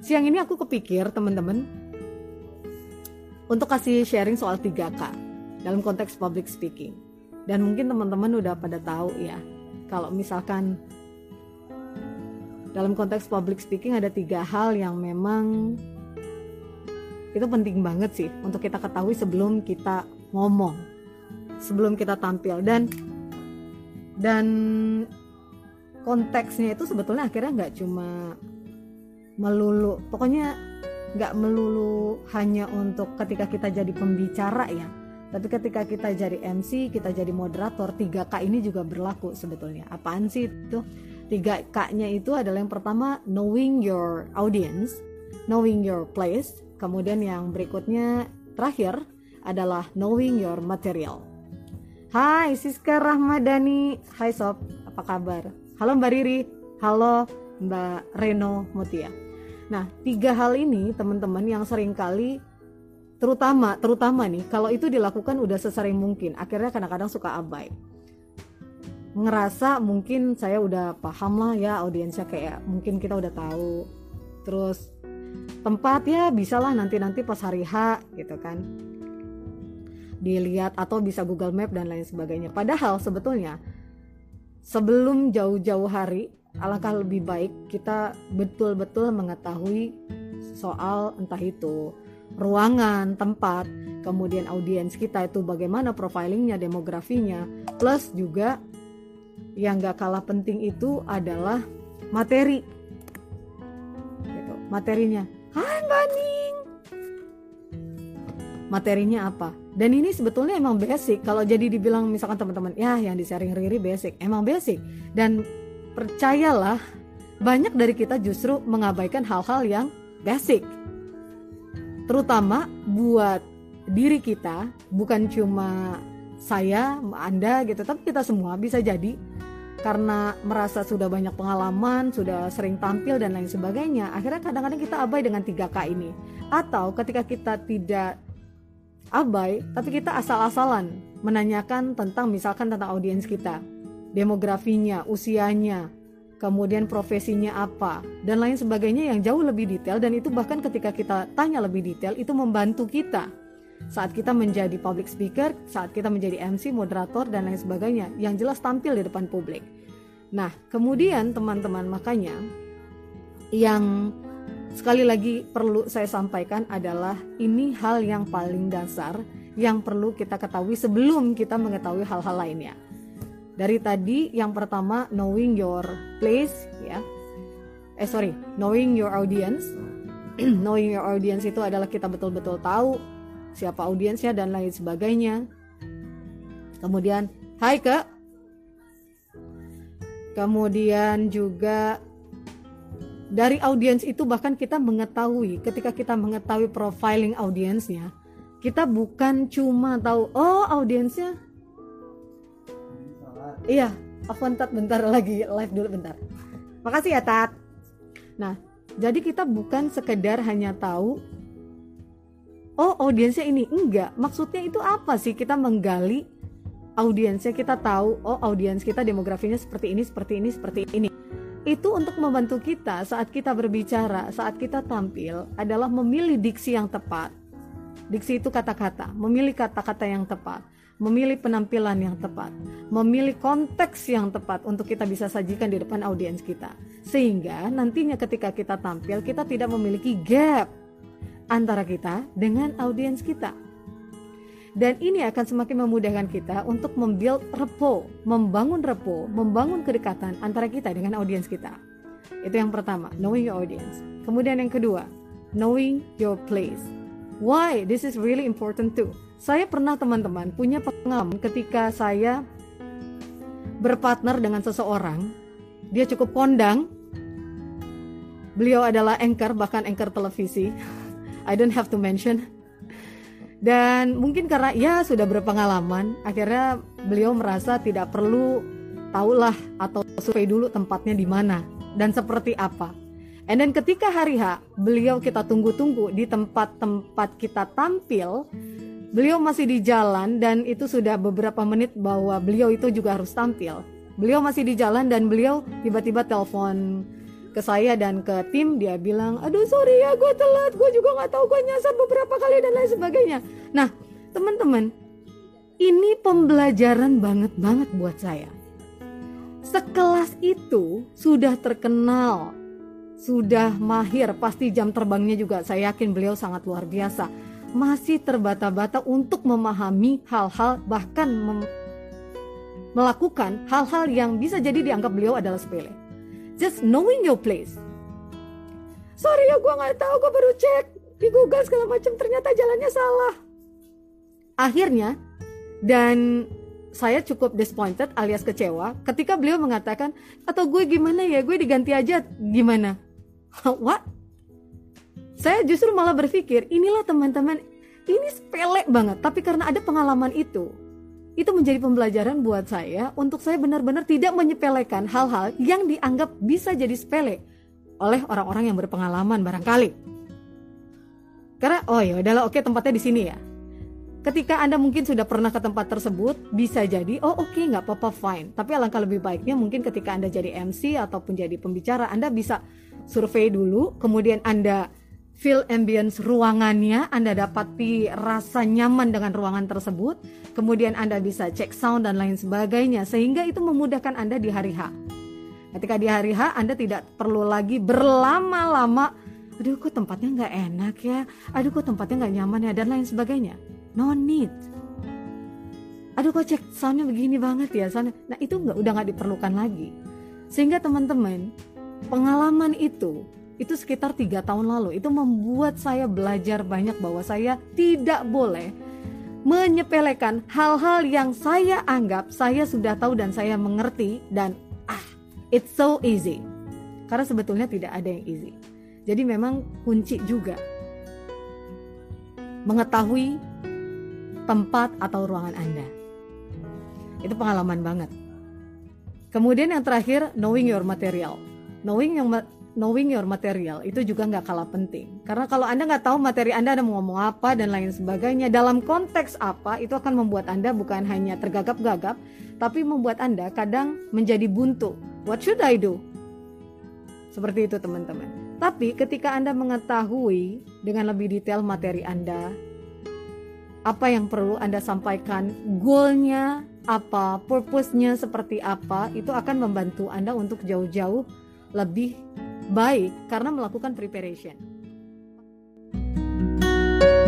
siang ini aku kepikir teman-teman untuk kasih sharing soal 3K dalam konteks public speaking. Dan mungkin teman-teman udah pada tahu ya, kalau misalkan dalam konteks public speaking ada 3 hal yang memang itu penting banget sih untuk kita ketahui sebelum kita ngomong, sebelum kita tampil. Dan konteksnya itu sebetulnya akhirnya nggak cuma melulu, pokoknya nggak melulu hanya untuk ketika kita jadi pembicara ya, tapi ketika kita jadi MC, kita jadi moderator, 3K ini juga berlaku sebetulnya. Apaan sih itu? 3K-nya itu adalah yang pertama, knowing your audience, knowing your place. Kemudian yang berikutnya terakhir adalah knowing your material. Hai Siska Rahmadani, hai Sob, apa kabar? Halo Mbak Riri, halo Mbak Reno Mutia. Nah, 3 hal ini teman-teman yang sering kali terutama nih kalau itu dilakukan udah sesering mungkin, akhirnya kadang-kadang suka abai. Ngerasa mungkin saya udah paham lah ya audiensnya, kayak mungkin kita udah tahu. Terus tempat ya bisalah nanti pas hari H gitu kan dilihat, atau bisa Google Map dan lain sebagainya. Padahal sebetulnya sebelum jauh-jauh hari, alangkah lebih baik kita betul-betul mengetahui soal entah itu ruangan, tempat, kemudian audiens kita itu bagaimana profilingnya, demografinya, plus juga yang gak kalah penting itu adalah materi gitu. Materinya, hai Mbak Ning, materinya apa? Dan ini sebetulnya emang basic. Kalau jadi dibilang misalkan teman-teman, ya yang di-sharing Riri basic, emang basic. Dan percayalah, banyak dari kita justru mengabaikan hal-hal yang basic. Terutama buat diri kita, bukan cuma saya, Anda gitu, tapi kita semua bisa jadi karena merasa sudah banyak pengalaman, sudah sering tampil dan lain sebagainya, akhirnya kadang-kadang kita abai dengan 3K ini. Atau ketika kita tidak abai, tapi kita asal-asalan menanyakan tentang misalkan tentang audiens kita, demografinya, usianya, kemudian profesinya apa, dan lain sebagainya yang jauh lebih detail. Dan itu bahkan ketika kita tanya lebih detail, itu membantu kita saat kita menjadi public speaker, saat kita menjadi MC, moderator, dan lain sebagainya, yang jelas tampil di depan publik. Nah, kemudian teman-teman, makanya yang sekali lagi perlu saya sampaikan adalah ini hal yang paling dasar yang perlu kita ketahui sebelum kita mengetahui hal-hal lainnya. Dari tadi yang pertama, knowing your place ya. Knowing your audience. Knowing your audience itu adalah kita betul-betul tahu siapa audiensnya dan lain sebagainya. Kemudian, hai Kak. Kemudian juga dari audiens itu bahkan kita mengetahui, ketika kita mengetahui profiling audiensnya, kita bukan cuma tahu, oh audiensnya, iya, aku bentar lagi live dulu bentar. Makasih ya Tat. Nah, jadi kita bukan sekedar hanya tahu, oh audiensnya ini, enggak. Maksudnya itu apa sih kita menggali audiensnya, kita tahu, oh audiens kita demografinya seperti ini, seperti ini, seperti ini. Itu untuk membantu kita saat kita berbicara, saat kita tampil adalah memilih diksi yang tepat. Diksi itu kata-kata, memilih kata-kata yang tepat, memilih penampilan yang tepat, memilih konteks yang tepat untuk kita bisa sajikan di depan audiens kita. Sehingga nantinya ketika kita tampil, kita tidak memiliki gap antara kita dengan audiens kita. Dan ini akan semakin memudahkan kita untuk membangun repo, membangun kedekatan antara kita dengan audiens kita. Itu yang pertama, knowing your audience. Kemudian yang kedua, knowing your place. Why? This is really important too. Saya pernah teman-teman punya pengalaman ketika saya berpartner dengan seseorang. Dia cukup kondang. Beliau adalah anchor, bahkan anchor televisi. I don't have to mention. Dan mungkin karena ya sudah berpengalaman, akhirnya beliau merasa tidak perlu tahulah atau survei dulu tempatnya di mana dan seperti apa. And then ketika hari H, beliau kita tunggu-tunggu di tempat-tempat kita tampil, beliau masih di jalan dan itu sudah beberapa menit bahwa beliau itu juga harus tampil. Beliau masih di jalan dan beliau tiba-tiba telepon ke saya dan ke tim, dia bilang, aduh sorry ya gue telat, gue juga gak tahu, gue nyasar beberapa kali dan lain sebagainya. Nah teman-teman, ini pembelajaran banget buat saya. Sekelas itu sudah terkenal, sudah mahir, pasti jam terbangnya juga saya yakin beliau sangat luar biasa. Masih terbata-bata untuk memahami hal-hal, bahkan melakukan hal-hal yang bisa jadi dianggap beliau adalah sepele. Just knowing your place. Sorry ya gue gak tahu, gue baru cek di Google segala macam, ternyata jalannya salah. Akhirnya, dan saya cukup disappointed alias kecewa ketika beliau mengatakan, atau gue gimana ya, gue diganti aja gimana? What? Saya justru malah berpikir, inilah teman-teman, ini sepele banget, tapi karena ada pengalaman itu menjadi pembelajaran buat saya untuk saya benar-benar tidak menyepelekan hal-hal yang dianggap bisa jadi sepele oleh orang-orang yang berpengalaman barangkali. Karena oh ya udahlah, oke, tempatnya di sini ya. Ketika Anda mungkin sudah pernah ke tempat tersebut, bisa jadi oke, nggak apa-apa, fine. Tapi alangkah lebih baiknya mungkin ketika Anda jadi MC ataupun jadi pembicara, Anda bisa survei dulu, kemudian Anda feel ambience ruangannya, Anda dapati rasa nyaman dengan ruangan tersebut, kemudian Anda bisa cek sound dan lain sebagainya, sehingga itu memudahkan Anda di hari H. Ketika di hari H, Anda tidak perlu lagi berlama-lama, aduh kok tempatnya nggak enak ya, aduh kok tempatnya nggak nyaman ya, dan lain sebagainya. No need. Aduh kok cek soundnya begini banget ya soundnya. Nah itu udah nggak diperlukan lagi. Sehingga teman-teman, pengalaman itu sekitar 3 tahun lalu, itu membuat saya belajar banyak bahwa saya tidak boleh menyepelekan hal-hal yang saya anggap saya sudah tahu dan saya mengerti, dan it's so easy. Karena sebetulnya tidak ada yang easy. Jadi memang kunci juga mengetahui tempat atau ruangan Anda. Itu pengalaman banget. Kemudian yang terakhir, knowing your material. Knowing your material itu juga nggak kalah penting. Karena kalau Anda nggak tahu materi Anda mau ngomong apa dan lain sebagainya, dalam konteks apa, itu akan membuat Anda bukan hanya tergagap-gagap, tapi membuat Anda kadang menjadi buntu. What should I do? Seperti itu teman-teman. Tapi ketika Anda mengetahui dengan lebih detail materi Anda, apa yang perlu Anda sampaikan, goalnya apa, purpose-nya seperti apa, itu akan membantu Anda untuk jauh-jauh lebih baik karena melakukan preparation.